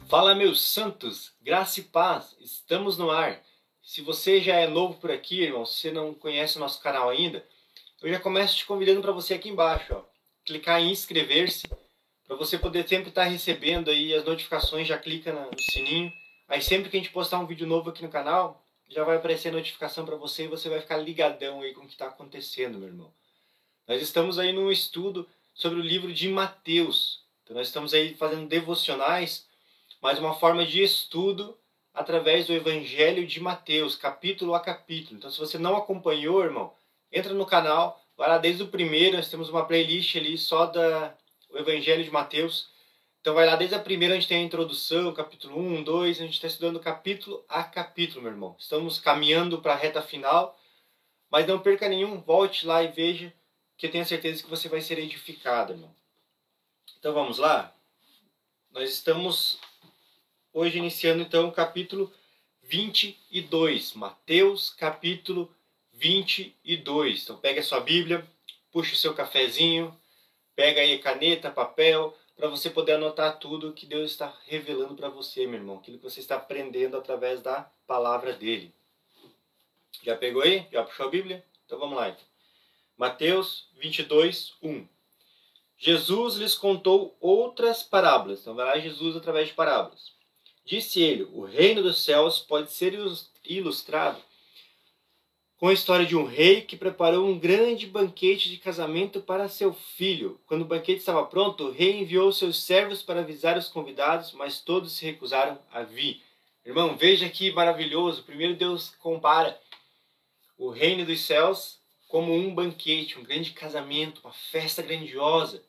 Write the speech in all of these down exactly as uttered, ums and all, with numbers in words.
Fala, meus santos, graça e paz, estamos no ar. Se você já é novo por aqui, irmão, se você não conhece o nosso canal ainda, eu já começo te convidando para você aqui embaixo, ó, clicar em inscrever-se, para você poder sempre estar recebendo aí as notificações, já clica no sininho. Aí sempre que a gente postar um vídeo novo aqui no canal, já vai aparecer a notificação para você e você vai ficar ligadão aí com o que está acontecendo, meu irmão. Nós estamos aí num estudo sobre o livro de Mateus. Então nós estamos aí fazendo devocionais, mas uma forma de estudo através do Evangelho de Mateus, capítulo a capítulo. Então se você não acompanhou, irmão, entra no canal, vai lá desde o primeiro, nós temos uma playlist ali só do Evangelho de Mateus. Então vai lá desde a primeira, a gente tem a introdução, capítulo um, dois, a gente está estudando capítulo a capítulo, meu irmão. Estamos caminhando para a reta final, mas não perca nenhum, volte lá e veja, que eu tenho certeza que você vai ser edificado, irmão. Então vamos lá? Nós estamos hoje iniciando então o capítulo vinte e dois. Mateus capítulo vinte e dois. Então pega a sua Bíblia, puxa o seu cafezinho, pega aí caneta, papel, para você poder anotar tudo que Deus está revelando para você, meu irmão. Aquilo que você está aprendendo através da palavra dele. Já pegou aí? Já puxou a Bíblia? Então vamos lá. Então. Mateus vinte e dois, um. Jesus lhes contou outras parábolas. Então vai lá Jesus através de parábolas. Disse ele, o reino dos céus pode ser ilustrado com a história de um rei que preparou um grande banquete de casamento para seu filho. Quando o banquete estava pronto, o rei enviou seus servos para avisar os convidados, mas todos se recusaram a vir. Irmão, veja que maravilhoso. Primeiro Deus compara o reino dos céus como um banquete, um grande casamento, uma festa grandiosa,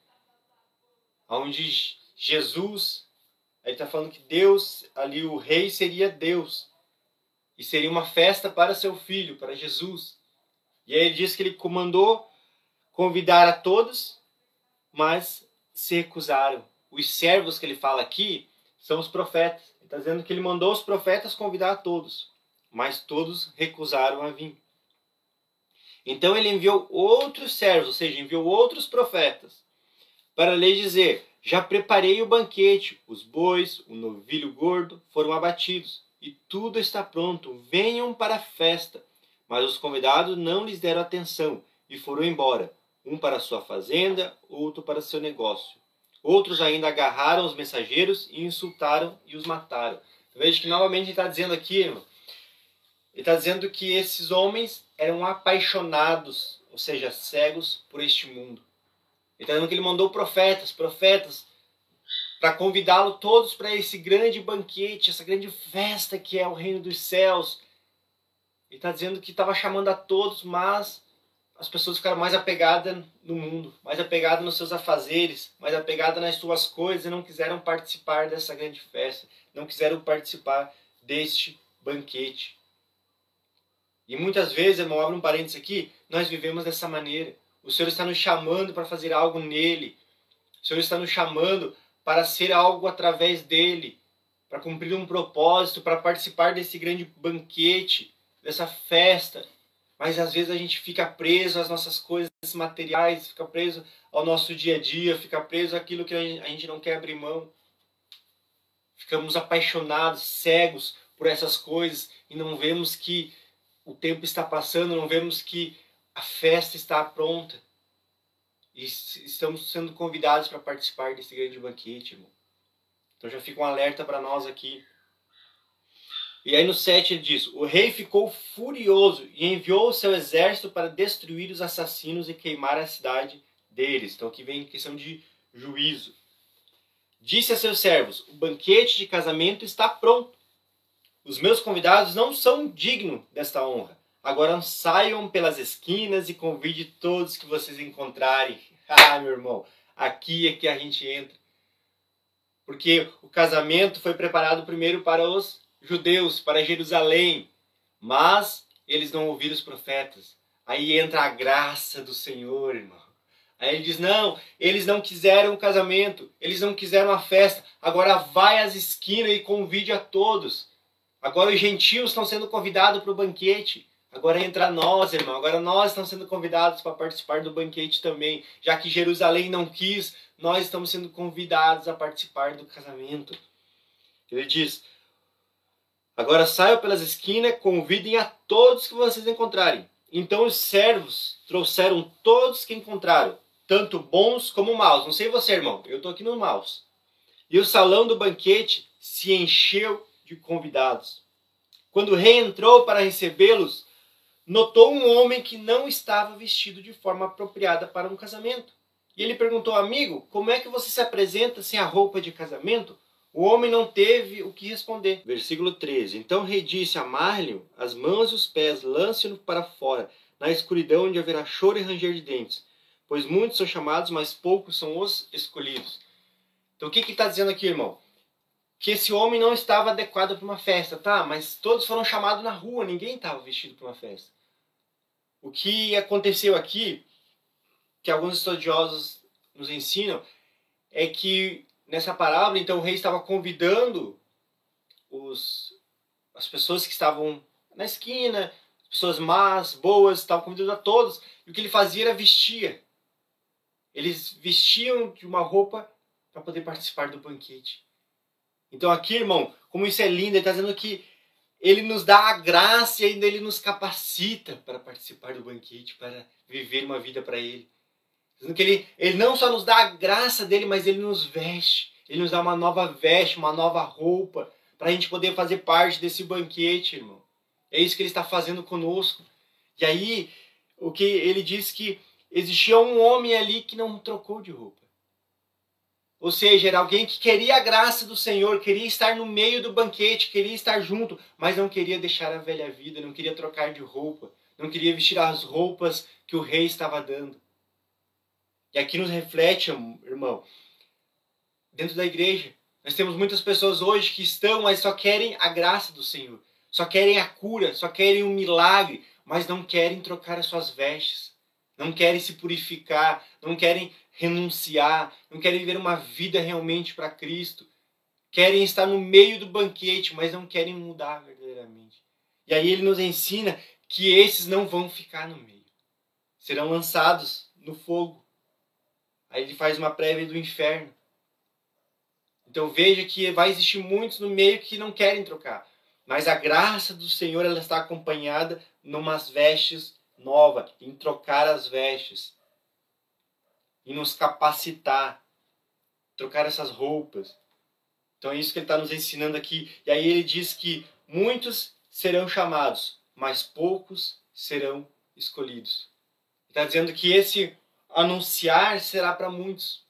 onde Jesus, ele está falando que Deus, ali o rei seria Deus, e seria uma festa para seu filho, para Jesus. E aí ele diz que ele comandou convidar a todos, mas se recusaram. Os servos que ele fala aqui são os profetas. Ele está dizendo que ele mandou os profetas convidar a todos, mas todos recusaram a vir. Então ele enviou outros servos, ou seja, enviou outros profetas, para lhe dizer, já preparei o banquete, os bois, o novilho gordo foram abatidos, e tudo está pronto, venham para a festa. Mas os convidados não lhes deram atenção, e foram embora, um para sua fazenda, outro para seu negócio. Outros ainda agarraram os mensageiros e insultaram e os mataram. Veja que novamente ele está dizendo aqui, irmão, ele está dizendo que esses homens eram apaixonados, ou seja, cegos por este mundo. Ele está dizendo que ele mandou profetas, profetas, para convidá-lo todos para esse grande banquete, essa grande festa que é o reino dos céus. Ele está dizendo que estava chamando a todos, mas as pessoas ficaram mais apegadas no mundo, mais apegadas nos seus afazeres, mais apegadas nas suas coisas e não quiseram participar dessa grande festa, não quiseram participar deste banquete. E muitas vezes, irmão, abre um parênteses aqui, nós vivemos dessa maneira. O Senhor está nos chamando para fazer algo nele. O Senhor está nos chamando para ser algo através dele, para cumprir um propósito, para participar desse grande banquete, dessa festa. Mas às vezes a gente fica preso às nossas coisas materiais, fica preso ao nosso dia a dia, fica preso àquilo que a gente não quer abrir mão. Ficamos apaixonados, cegos por essas coisas e não vemos que o tempo está passando, não vemos que a festa está pronta. E estamos sendo convidados para participar desse grande banquete, irmão. Então já fica um alerta para nós aqui. E aí no sete ele diz, o rei ficou furioso e enviou o seu exército para destruir os assassinos e queimar a cidade deles. Então aqui vem questão de juízo. Disse a seus servos, o banquete de casamento está pronto. Os meus convidados não são dignos desta honra. Agora saiam pelas esquinas e convide todos que vocês encontrarem. Ah, meu irmão, aqui é que a gente entra. Porque o casamento foi preparado primeiro para os judeus, para Jerusalém. Mas eles não ouviram os profetas. Aí entra a graça do Senhor, irmão. Aí ele diz, não, eles não quiseram o casamento, eles não quiseram a festa. Agora vai às esquinas e convide a todos. Agora os gentios estão sendo convidados para o banquete. Agora entra nós, irmão. Agora nós estamos sendo convidados para participar do banquete também. Já que Jerusalém não quis, nós estamos sendo convidados a participar do casamento. Ele diz: agora saiam pelas esquinas, convidem a todos que vocês encontrarem. Então os servos trouxeram todos que encontraram, tanto bons como maus. Não sei você, irmão, eu estou aqui nos maus. E o salão do banquete se encheu de convidados. Quando o rei entrou para recebê-los, notou um homem que não estava vestido de forma apropriada para um casamento. E ele perguntou: amigo, como é que você se apresenta sem a roupa de casamento? O homem não teve o que responder. Versículo treze. Então o rei disse: amarre-lhe as mãos e os pés, lance-no para fora, na escuridão onde haverá choro e ranger de dentes. Pois muitos são chamados, mas poucos são os escolhidos. Então o que que está dizendo aqui, irmão? Que esse homem não estava adequado para uma festa, tá? Mas todos foram chamados na rua, ninguém estava vestido para uma festa. O que aconteceu aqui, que alguns estudiosos nos ensinam, é que nessa parábola, então, o rei estava convidando os, as pessoas que estavam na esquina, pessoas más, boas, estavam convidando a todos, e o que ele fazia era vestir. Eles vestiam de uma roupa para poder participar do banquete. Então aqui, irmão, como isso é lindo, ele está dizendo que ele nos dá a graça e ainda ele nos capacita para participar do banquete, para viver uma vida para ele. Dizendo que ele, ele não só nos dá a graça dele, mas ele nos veste. Ele nos dá uma nova veste, uma nova roupa, para a gente poder fazer parte desse banquete, irmão. É isso que ele está fazendo conosco. E aí, o que ele diz que existia um homem ali que não trocou de roupa. Ou seja, era alguém que queria a graça do Senhor, queria estar no meio do banquete, queria estar junto, mas não queria deixar a velha vida, não queria trocar de roupa, não queria vestir as roupas que o rei estava dando. E aqui nos reflete, irmão, dentro da igreja, nós temos muitas pessoas hoje que estão, mas só querem a graça do Senhor, só querem a cura, só querem um milagre, mas não querem trocar as suas vestes, não querem se purificar, não querem renunciar, não querem viver uma vida realmente para Cristo. Querem estar no meio do banquete, mas não querem mudar verdadeiramente. E aí ele nos ensina que esses não vão ficar no meio. Serão lançados no fogo. Aí ele faz uma prévia do inferno. Então veja que vai existir muitos no meio que não querem trocar. Mas a graça do Senhor, ela está acompanhada numas vestes novas, em trocar as vestes. E nos capacitar, trocar essas roupas. Então é isso que ele está nos ensinando aqui. E aí ele diz que muitos serão chamados, mas poucos serão escolhidos. Ele está dizendo que esse anunciar será para muitos.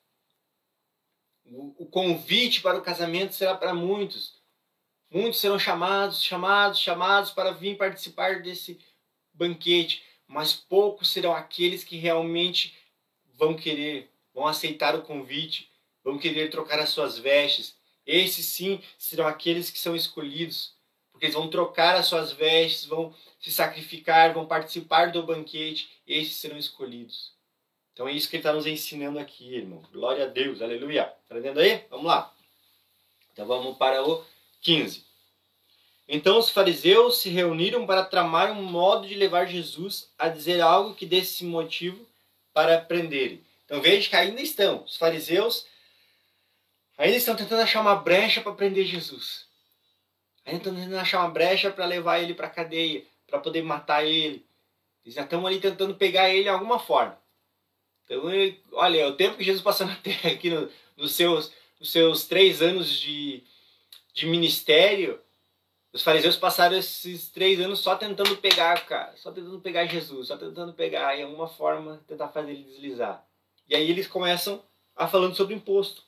O convite para o casamento será para muitos. Muitos serão chamados, chamados, chamados para vir participar desse banquete. Mas poucos serão aqueles que realmente vão querer, vão aceitar o convite, vão querer trocar as suas vestes. Esses sim serão aqueles que são escolhidos, porque eles vão trocar as suas vestes, vão se sacrificar, vão participar do banquete. Esses serão escolhidos. Então é isso que ele está nos ensinando aqui, irmão. Glória a Deus, aleluia. Está entendendo aí? Vamos lá. Então vamos para o quinze. Então os fariseus se reuniram para tramar um modo de levar Jesus a dizer algo que desse motivo para prenderem. Então veja que ainda estão, os fariseus ainda estão tentando achar uma brecha para prender Jesus. Ainda estão tentando achar uma brecha para levar ele para a cadeia, para poder matar ele. Eles já estão ali tentando pegar ele de alguma forma. Então, ele, olha, o tempo que Jesus passou na Terra, aqui no, nos, seus, nos seus três anos de, de ministério, os fariseus passaram esses três anos só tentando pegar o cara, só tentando pegar Jesus, só tentando pegar, de alguma forma, tentar fazer ele deslizar. E aí eles começam a falando sobre imposto.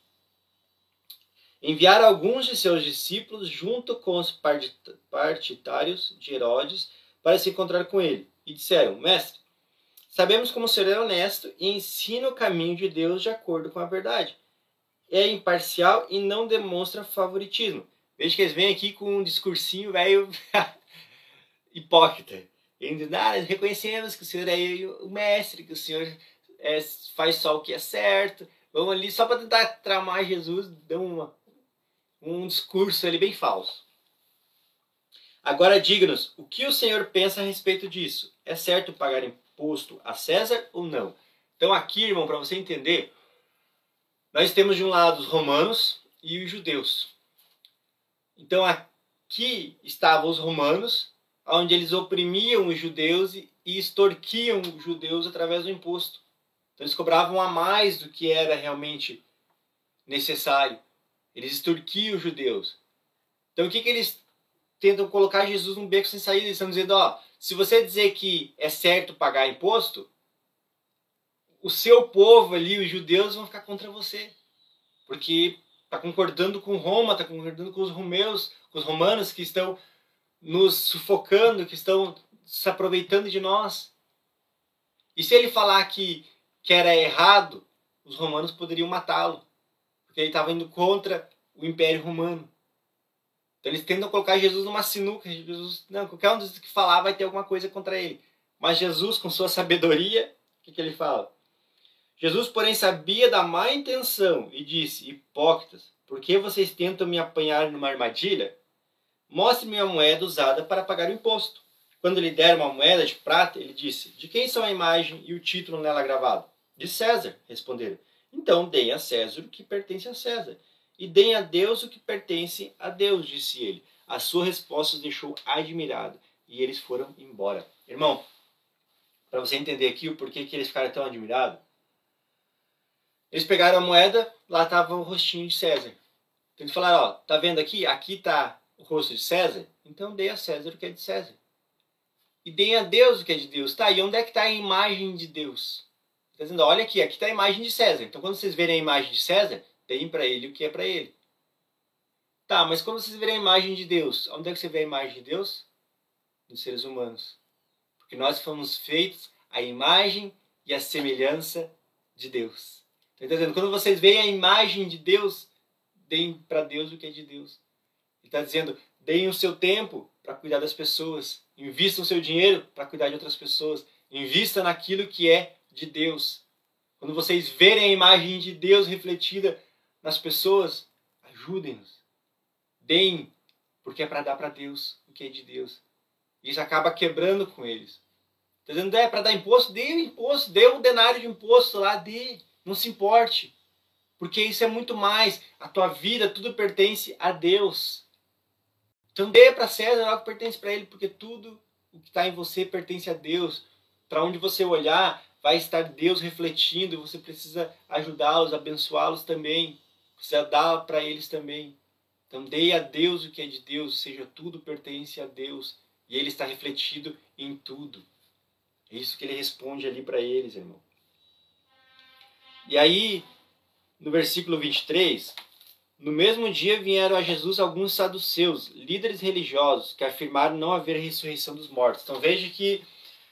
Enviaram alguns de seus discípulos junto com os partidários de Herodes para se encontrar com ele. E disseram: Mestre, sabemos como ser honesto e ensina o caminho de Deus de acordo com a verdade. É imparcial e não demonstra favoritismo. Veja que eles vêm aqui com um discursinho velho hipócrita. Eles dizem: ah, reconhecemos que o Senhor é o mestre, que o Senhor é, faz só o que é certo. Vamos ali só para tentar tramar Jesus, dão uma, um discurso ali bem falso. Agora diga-nos, o que o Senhor pensa a respeito disso? É certo pagar imposto a César ou não? Então aqui, irmão, para você entender, nós temos de um lado os romanos e os judeus. Então aqui estavam os romanos, onde eles oprimiam os judeus e extorquiam os judeus através do imposto. Então eles cobravam a mais do que era realmente necessário. Eles extorquiam os judeus. Então o que, que eles tentam colocar Jesus num beco sem saída? Eles estão dizendo, ó, se você dizer que é certo pagar imposto, o seu povo ali, os judeus, vão ficar contra você. Porque está concordando com Roma, está concordando com os romeus, com os romanos que estão nos sufocando, que estão se aproveitando de nós. E se ele falar que, que era errado, os romanos poderiam matá-lo. Porque ele estava indo contra o Império Romano. Então eles tentam colocar Jesus numa sinuca. Jesus, não, qualquer um dos que falar vai ter alguma coisa contra ele. Mas Jesus, com sua sabedoria, o que, que ele fala? Jesus, porém, sabia da má intenção e disse, hipócritas, por que vocês tentam me apanhar numa armadilha? Mostre-me a moeda usada para pagar o imposto. Quando lhe deram uma moeda de prata, ele disse, de quem são a imagem e o título nela gravado? De César, responderam. Então deem a César o que pertence a César, e deem a Deus o que pertence a Deus, disse ele. A sua resposta os deixou admirados, e eles foram embora. Irmão, para você entender aqui o porquê que eles ficaram tão admirados, eles pegaram a moeda, lá estava o rostinho de César. Então eles falaram, ó, tá vendo aqui? Aqui está o rosto de César, então dê a César o que é de César. E deem a Deus o que é de Deus. Tá, e onde é que está a imagem de Deus? Está dizendo, olha aqui, aqui está a imagem de César. Então quando vocês verem a imagem de César, deem para ele o que é para ele. Tá, mas quando vocês verem a imagem de Deus, onde é que você vê a imagem de Deus? Nos seres humanos. Porque nós fomos feitos à imagem e à semelhança de Deus. Então está dizendo, quando vocês veem a imagem de Deus, deem para Deus o que é de Deus. Ele está dizendo, deem o seu tempo para cuidar das pessoas. Invistam o seu dinheiro para cuidar de outras pessoas. Invista naquilo que é de Deus. Quando vocês verem a imagem de Deus refletida nas pessoas, ajudem-nos. Deem, porque é para dar para Deus o que é de Deus. E isso acaba quebrando com eles. Está dizendo, é para dar imposto? Dê o imposto, dê um denário de imposto lá, dê. Não se importe. Porque isso é muito mais. A tua vida, tudo pertence a Deus. Então dê para César algo que pertence para ele, porque tudo o que está em você pertence a Deus. Para onde você olhar, vai estar Deus refletindo, e você precisa ajudá-los, abençoá-los também. Precisa dar para eles também. Então dê a Deus o que é de Deus, ou seja, tudo pertence a Deus. E ele está refletido em tudo. É isso que ele responde ali para eles, irmão. E aí, no versículo vinte e três, no mesmo dia vieram a Jesus alguns saduceus, líderes religiosos, que afirmaram não haver ressurreição dos mortos. Então veja que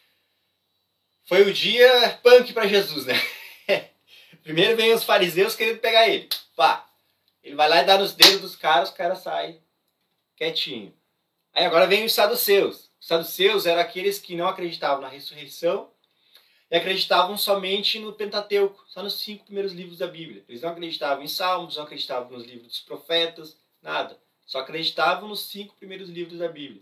foi o dia punk para Jesus, né? Primeiro vem os fariseus querendo pegar ele. Pá, ele vai lá e dá nos dedos dos caras, os caras saem quietinho. Aí agora vem os saduceus. Os saduceus eram aqueles que não acreditavam na ressurreição e acreditavam somente no Pentateuco, só nos cinco primeiros livros da Bíblia. Eles não acreditavam em Salmos, não acreditavam nos livros dos profetas, nada. Só acreditavam nos cinco primeiros livros da Bíblia.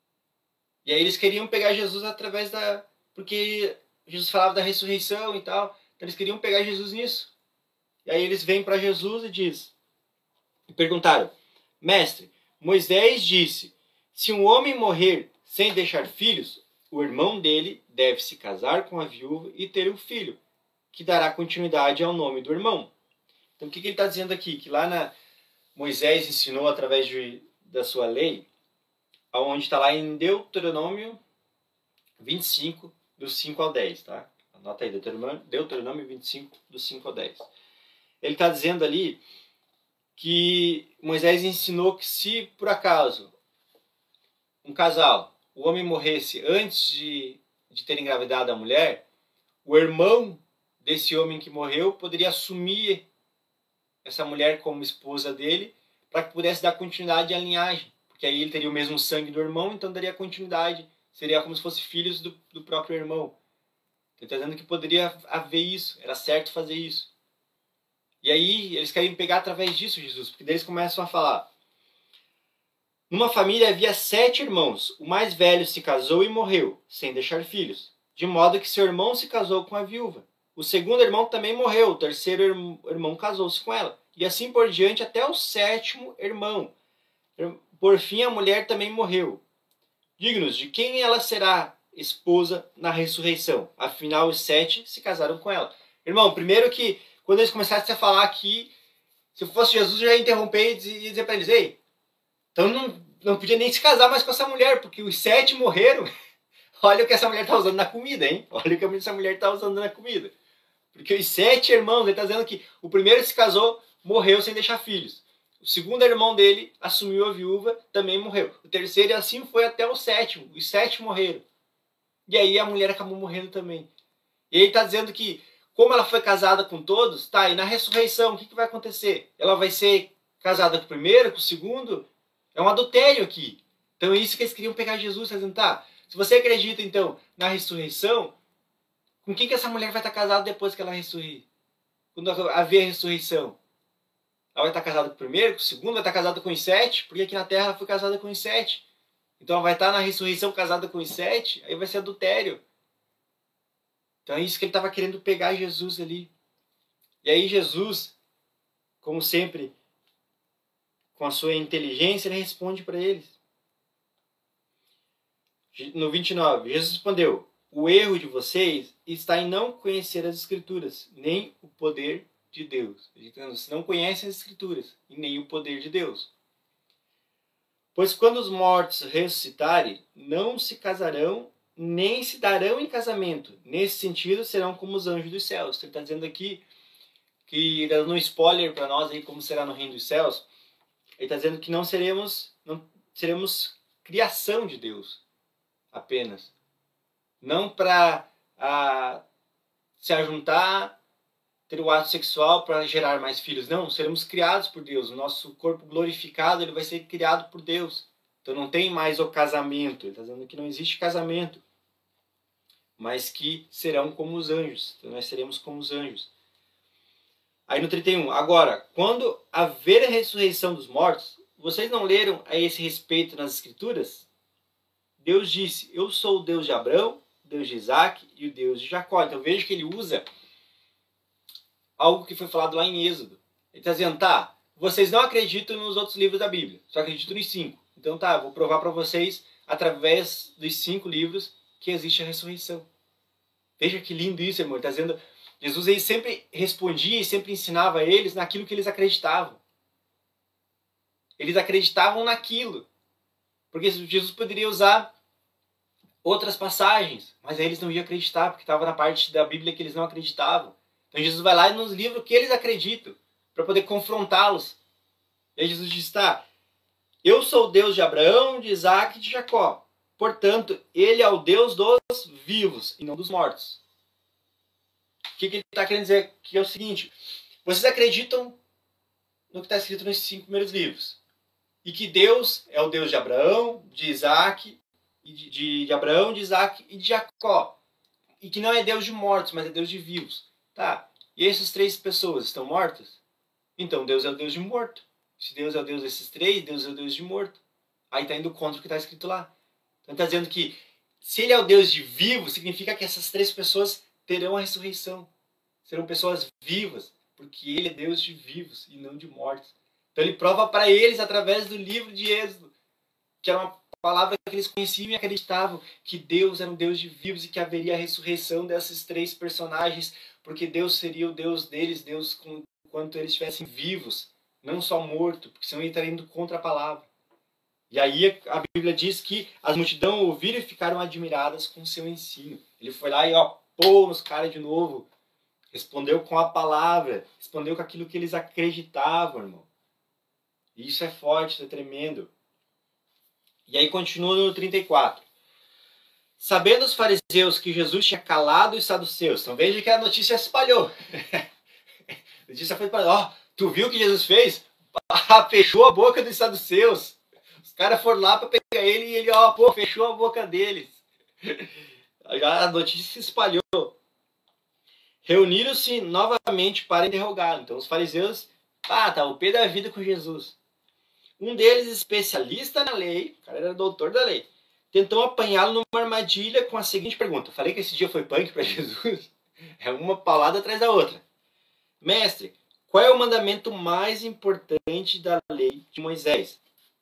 E aí eles queriam pegar Jesus através da... Porque Jesus falava da ressurreição e tal. Então eles queriam pegar Jesus nisso. E aí eles vêm para Jesus e diz, e perguntaram, mestre, Moisés disse, se um homem morrer sem deixar filhos, o irmão dele deve se casar com a viúva e ter um filho, que dará continuidade ao nome do irmão. Então o que, que ele está dizendo aqui? Que lá na Moisés ensinou através de, da sua lei, onde está lá em Deuteronômio vinte e cinco, do cinco ao dez. Tá? Anota aí, Deuteronômio, Deuteronômio vinte e cinco, do cinco ao dez. Ele está dizendo ali que Moisés ensinou que se por acaso um casal, o homem morresse antes de, de ter engravidado a mulher, o irmão desse homem que morreu poderia assumir essa mulher como esposa dele para que pudesse dar continuidade à linhagem. Porque aí ele teria o mesmo sangue do irmão, então daria continuidade. Seria como se fossem filhos do, do próprio irmão. Ele está dizendo que poderia haver isso, era certo fazer isso. E aí eles querem pegar através disso Jesus, porque daí eles começam a falar. Numa família havia sete irmãos. O mais velho se casou e morreu, sem deixar filhos. De modo que seu irmão se casou com a viúva. O segundo irmão também morreu. O terceiro irmão casou-se com ela. E assim por diante até o sétimo irmão. por fim a mulher também morreu. Diga-nos de quem ela será esposa na ressurreição. Afinal, os sete se casaram com ela. Irmão, primeiro que quando eles começassem a falar aqui, se eu fosse Jesus, eu já ia interromper e dizer, dizer para eles, ei, então não, não podia nem se casar mais com essa mulher, porque os sete morreram. Olha o que essa mulher está usando na comida, hein? Olha o que essa mulher está usando na comida. Porque os sete irmãos, ele está dizendo que o primeiro que se casou morreu sem deixar filhos. O segundo irmão dele assumiu a viúva, também morreu. O terceiro, e assim foi até o sétimo. Os sete morreram. E aí a mulher acabou morrendo também. E ele está dizendo que, como ela foi casada com todos, tá, e na ressurreição, o que, que vai acontecer? Ela vai ser casada com o primeiro, com o segundo? É um adultério aqui. Então é isso que eles queriam pegar Jesus, tá dizendo, tá, se você acredita, então, na ressurreição, com quem que essa mulher vai estar casada depois que ela ressurgir? Quando haver a ressurreição? Ela vai estar casada com o primeiro, com o segundo, vai estar casada com os sete, porque aqui na terra ela foi casada com os sete. Então ela vai estar na ressurreição casada com os sete, aí vai ser adultério. Então é isso que ele estava querendo pegar Jesus ali. E aí Jesus, como sempre, com a sua inteligência, ele responde para eles. No vinte e nove, Jesus respondeu, o erro de vocês está em não conhecer as Escrituras, nem o poder de Deus. Vocês não conhecem as Escrituras e nem o poder de Deus. Pois quando os mortos ressuscitarem, não se casarão, nem se darão em casamento. Nesse sentido, serão como os anjos dos céus. Ele está dizendo aqui, que dando um spoiler para nós aí, como será no reino dos céus, ele está dizendo que não seremos, não seremos criação de Deus apenas. Não para se ajuntar, ter o ato sexual para gerar mais filhos. Não, seremos criados por Deus. O nosso corpo glorificado ele vai ser criado por Deus. Então não tem mais o casamento. Ele está dizendo que não existe casamento. Mas que serão como os anjos. Então nós seremos como os anjos. Aí no trinta e um. Agora, quando haver a ressurreição dos mortos, vocês não leram a esse respeito nas Escrituras? Deus disse, eu sou o Deus de Abraão, Deus de Isaac e o Deus de Jacó. Então veja que ele usa algo que foi falado lá em Êxodo. Ele está dizendo, tá, vocês não acreditam nos outros livros da Bíblia, só acreditam nos cinco. Então tá, vou provar para vocês, através dos cinco livros, que existe a ressurreição. Veja que lindo isso, irmão. Ele está dizendo, Jesus ele sempre respondia e sempre ensinava a eles naquilo que eles acreditavam. Eles acreditavam naquilo. Porque Jesus poderia usar outras passagens, mas aí eles não iam acreditar, porque estava na parte da Bíblia que eles não acreditavam. Então Jesus vai lá e nos livros que eles acreditam, para poder confrontá-los. E aí Jesus diz, tá, eu sou o Deus de Abraão, de Isaac e de Jacó. Portanto, ele é o Deus dos vivos e não dos mortos. O que, que ele está querendo dizer? Que é o seguinte, vocês acreditam no que está escrito nos cinco primeiros livros. E que Deus é o Deus de Abraão, de Isaac, e de, de, de Abraão, de Isaac e de Jacó. E que não é Deus de mortos, mas é Deus de vivos. Tá, e essas três pessoas estão mortas? Então Deus é o Deus de morto. Se Deus é o Deus desses três, Deus é o Deus de morto. Aí está indo contra o que está escrito lá. Então está dizendo que se ele é o Deus de vivo, significa que essas três pessoas terão a ressurreição. Serão pessoas vivas, porque ele é Deus de vivos e não de mortos. Então ele prova para eles, através do livro de Êxodo, que era uma palavra que eles conheciam e acreditavam, que Deus era um Deus de vivos e que haveria a ressurreição desses três personagens, porque Deus seria o Deus deles, Deus enquanto eles estivessem vivos, não só morto, porque senão ele estaria indo contra a palavra. E aí a Bíblia diz que as multidão ouviram e ficaram admiradas com o seu ensino. Ele foi lá e ó, pô nos caras de novo, respondeu com a palavra, respondeu com aquilo que eles acreditavam, irmão. E isso é forte, isso é tremendo. E aí continua no trinta e quatro. Sabendo os fariseus que Jesus tinha calado os saduceus. Então veja que a notícia se espalhou. A notícia foi para ó, tu viu o que Jesus fez? Fechou a boca dos saduceus. Os caras foram lá para pegar ele e ele ó, pô, fechou a boca deles. Já a notícia se espalhou. Reuniram-se novamente para interrogá-lo. Então os fariseus, ah, tá o pé da vida com Jesus. Um deles, especialista na lei, o cara era doutor da lei, tentou apanhá-lo numa armadilha com a seguinte pergunta. Falei que esse dia foi punk para Jesus? É uma paulada atrás da outra. Mestre, qual é o mandamento mais importante da lei de Moisés?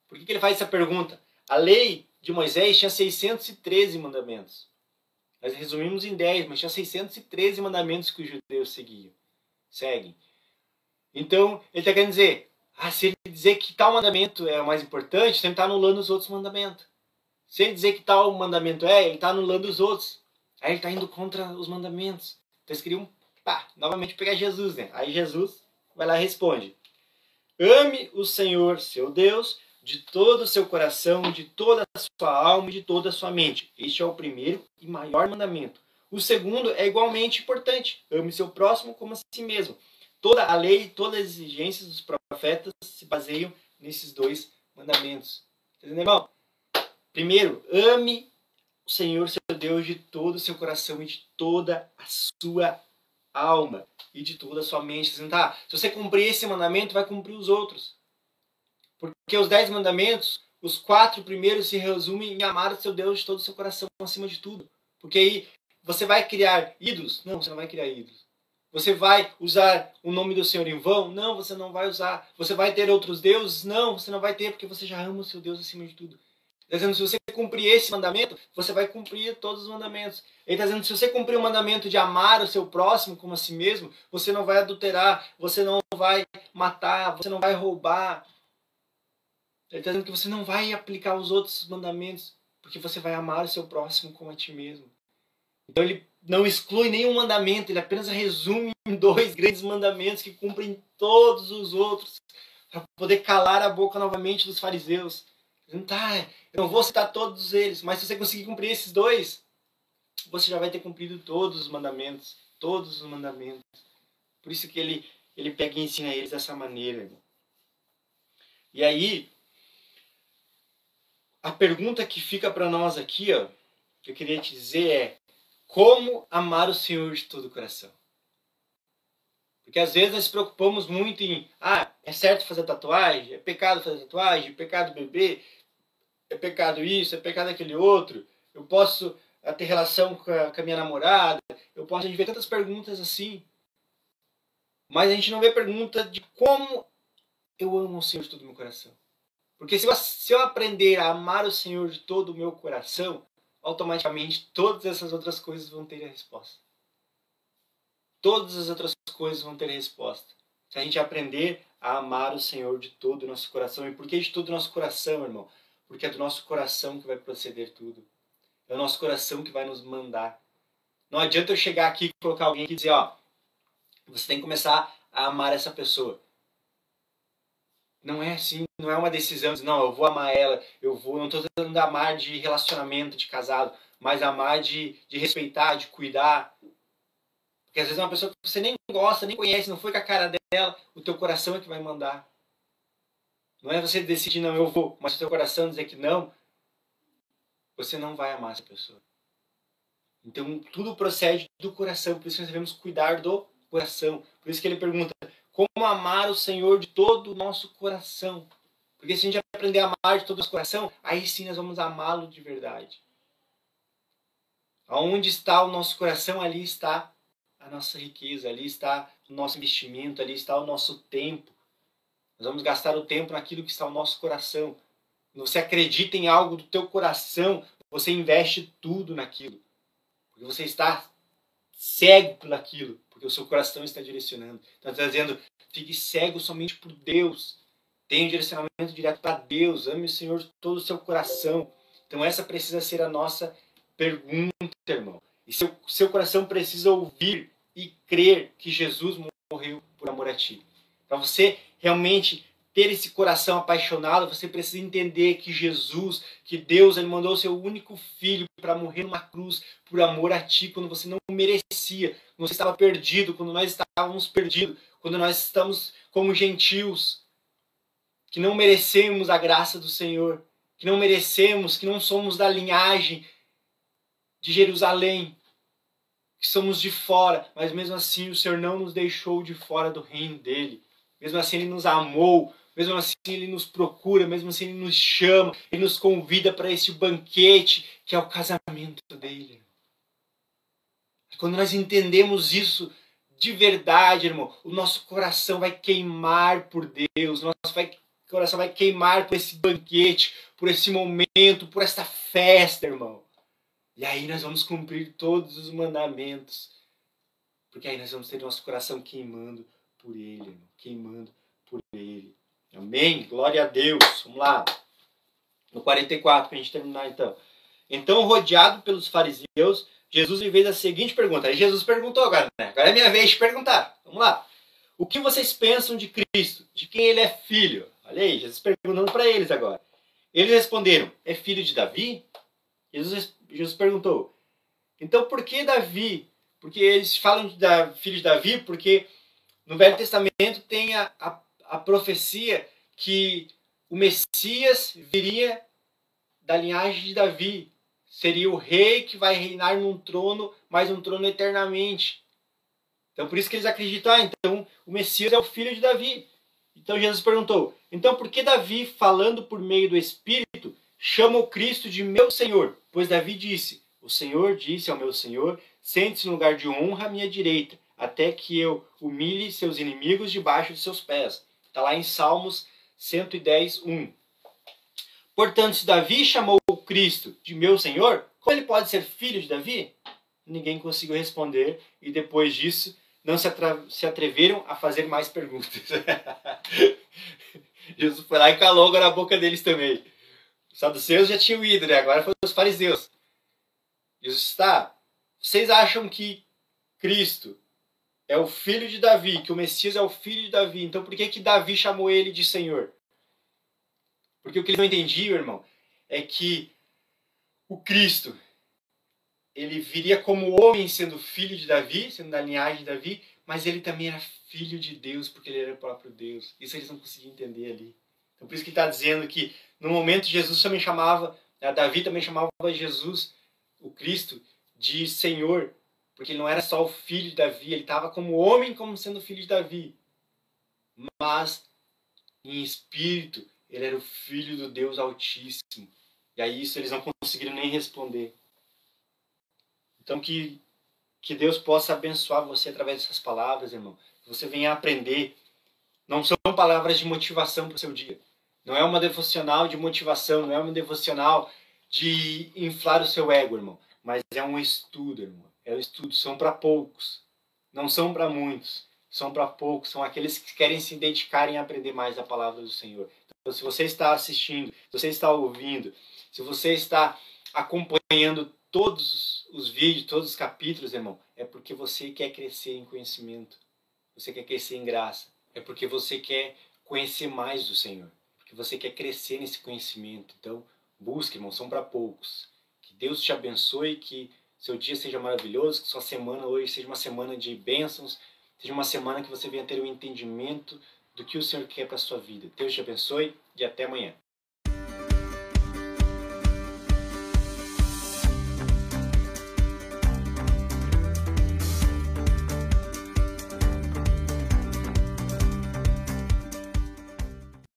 Por que, que ele faz essa pergunta? A lei de Moisés tinha seiscentos e treze mandamentos. Nós resumimos em dez, mas tinha seiscentos e treze mandamentos que os judeus seguiam, seguem. Então, ele está querendo dizer, ah, se ele dizer que tal mandamento é o mais importante, então ele está anulando os outros mandamentos. Se ele dizer que tal mandamento é, ele está anulando os outros. Aí ele está indo contra os mandamentos. Então eles queriam, pá, novamente pegar Jesus, né? Aí Jesus vai lá e responde. Ame o Senhor, seu Deus, de todo o seu coração, de toda a sua alma e de toda a sua mente. Este é o primeiro e maior mandamento. O segundo é igualmente importante. Ame seu próximo como a si mesmo. Toda a lei e todas as exigências dos profetas se baseiam nesses dois mandamentos. Entendeu, irmão? Primeiro, ame o Senhor, seu Deus, de todo o seu coração e de toda a sua alma e de toda a sua mente. Dizendo, tá, se você cumprir esse mandamento, vai cumprir os outros. Porque os dez mandamentos, os quatro primeiros se resumem em amar o seu Deus de todo o seu coração acima de tudo. Porque aí você vai criar ídolos? Não, você não vai criar ídolos. Você vai usar o nome do Senhor em vão? Não, você não vai usar. Você vai ter outros deuses? Não, você não vai ter, porque você já ama o seu Deus acima de tudo. Ele está dizendo, se você cumprir esse mandamento, você vai cumprir todos os mandamentos. Ele está dizendo, se você cumprir o mandamento de amar o seu próximo como a si mesmo, você não vai adulterar, você não vai matar, você não vai roubar. Ele está dizendo que você não vai aplicar os outros mandamentos, porque você vai amar o seu próximo como a ti mesmo. Então ele não exclui nenhum mandamento, ele apenas resume em dois grandes mandamentos que cumprem todos os outros, para poder calar a boca novamente dos fariseus. Dizendo, tá, eu não vou citar todos eles, mas se você conseguir cumprir esses dois, você já vai ter cumprido todos os mandamentos, todos os mandamentos. Por isso que ele, ele pega e ensina eles dessa maneira, irmão. E aí, a pergunta que fica para nós aqui, ó, que eu queria te dizer é, como amar o Senhor de todo o coração? Porque às vezes nós nos preocupamos muito em, ah, é certo fazer tatuagem? É pecado fazer tatuagem? É pecado beber? É pecado isso? É pecado aquele outro? Eu posso ter relação com a, com a minha namorada? Eu posso, a gente vê tantas perguntas assim. Mas a gente não vê pergunta de como eu amo o Senhor de todo o meu coração. Porque se eu, se eu aprender a amar o Senhor de todo o meu coração, automaticamente todas essas outras coisas vão ter a resposta. Todas as outras coisas vão ter a resposta. Se a gente aprender a amar o Senhor de todo o nosso coração. E por que de todo o nosso coração, irmão? Porque é do nosso coração que vai proceder tudo. É o nosso coração que vai nos mandar. Não adianta eu chegar aqui e colocar alguém aqui e dizer, ó, você tem que começar a amar essa pessoa. Não é assim, não é uma decisão de, não, eu vou amar ela, eu vou, não estou tentando amar de relacionamento, de casado, mas amar de, de respeitar, de cuidar. Porque às vezes é uma pessoa que você nem gosta, nem conhece, não foi com a cara dela, o teu coração é que vai mandar. Não é você decidir, não, eu vou, mas o teu coração dizer que não, você não vai amar essa pessoa. Então tudo procede do coração, por isso nós devemos cuidar do coração. Por isso que ele pergunta, como amar o Senhor de todo o nosso coração? Porque se a gente aprender a amar de todo o nosso coração, aí sim nós vamos amá-lo de verdade. Aonde está o nosso coração, ali está a nossa riqueza, ali está o nosso investimento, ali está o nosso tempo. Nós vamos gastar o tempo naquilo que está no nosso coração. Quando você acredita em algo do teu coração, você investe tudo naquilo. Porque você está cego por aquilo, porque o seu coração está direcionando. Então está dizendo, fique cego somente por Deus. Tenha um direcionamento direto para Deus. Ame o Senhor de todo o seu coração. Então essa precisa ser a nossa pergunta, irmão. E seu, seu coração precisa ouvir e crer que Jesus morreu por amor a ti. Para você realmente ter esse coração apaixonado, você precisa entender que Jesus, que Deus, ele mandou o seu único filho para morrer numa cruz por amor a ti, quando você não merecia, quando você estava perdido, quando nós estávamos perdidos, quando nós estamos como gentios, que não merecemos a graça do Senhor, que não merecemos, que não somos da linhagem de Jerusalém, que somos de fora, mas mesmo assim o Senhor não nos deixou de fora do reino dele. Mesmo assim ele nos amou, mesmo assim ele nos procura, mesmo assim ele nos chama, ele nos convida para esse banquete que é o casamento dele. Quando nós entendemos isso de verdade, irmão, o nosso coração vai queimar por Deus, nós vai coração vai queimar por esse banquete, por esse momento, por esta festa, irmão. E aí nós vamos cumprir todos os mandamentos. Porque aí nós vamos ter nosso coração queimando por Ele, irmão. Queimando por Ele. Amém? Glória a Deus. Vamos lá. No quarenta e quatro, para a gente terminar então. Então, rodeado pelos fariseus, Jesus lhe fez a seguinte pergunta. Aí Jesus perguntou agora, né? Agora é minha vez de perguntar. Vamos lá. O que vocês pensam de Cristo? De quem Ele é filho? Olha aí, Jesus perguntando para eles agora. Eles responderam, é filho de Davi? Jesus, Jesus perguntou, então por que Davi? Porque eles falam de da, filho de Davi, porque no Velho Testamento tem a, a, a profecia que o Messias viria da linhagem de Davi. Seria o rei que vai reinar num trono, mas um trono eternamente. Então por isso que eles acreditam, ah, então o Messias é o filho de Davi. Então Jesus perguntou, então por que Davi, falando por meio do Espírito, chama o Cristo de meu Senhor? Pois Davi disse, o Senhor disse ao meu Senhor, sente-se no lugar de honra à minha direita, até que eu humilhe seus inimigos debaixo de seus pés. Está lá em Salmos cento e dez, um. Portanto, se Davi chamou o Cristo de meu Senhor, como ele pode ser filho de Davi? Ninguém conseguiu responder e depois disso não se, se atreveram a fazer mais perguntas. Jesus foi lá e calou agora a boca deles também. Os saduceus já tinham ido, né? Agora foram os fariseus. Jesus está. Vocês acham que Cristo é o filho de Davi, que o Messias é o filho de Davi? Então por que que Davi chamou ele de Senhor? Porque o que eles não entendiam, irmão, é que o Cristo, ele viria como homem sendo filho de Davi, sendo da linhagem de Davi, mas ele também era filho de Deus, porque ele era o próprio Deus. Isso eles não conseguiam entender ali. Então por isso que ele está dizendo que no momento Jesus também chamava, Davi também chamava Jesus, o Cristo, de Senhor, porque ele não era só o filho de Davi, ele estava como homem, como sendo filho de Davi. Mas em espírito, ele era o filho do Deus Altíssimo. E aí isso eles não conseguiram nem responder. Então que, que Deus possa abençoar você através dessas palavras, irmão. Que você venha aprender. Não são palavras de motivação para o seu dia. Não é uma devocional de motivação, não é uma devocional de inflar o seu ego, irmão. Mas é um estudo, irmão. É um estudo. São para poucos. Não são para muitos. São para poucos. São aqueles que querem se dedicar em aprender mais a palavra do Senhor. Então, se você está assistindo, se você está ouvindo, se você está acompanhando todos os vídeos, todos os capítulos, irmão, é porque você quer crescer em conhecimento. Você quer crescer em graça. É porque você quer conhecer mais do Senhor. Porque você quer crescer nesse conhecimento. Então, busque, irmão, são para poucos. Que Deus te abençoe, que seu dia seja maravilhoso, que sua semana hoje seja uma semana de bênçãos, seja uma semana que você venha ter um entendimento do que o Senhor quer para a sua vida. Deus te abençoe e até amanhã.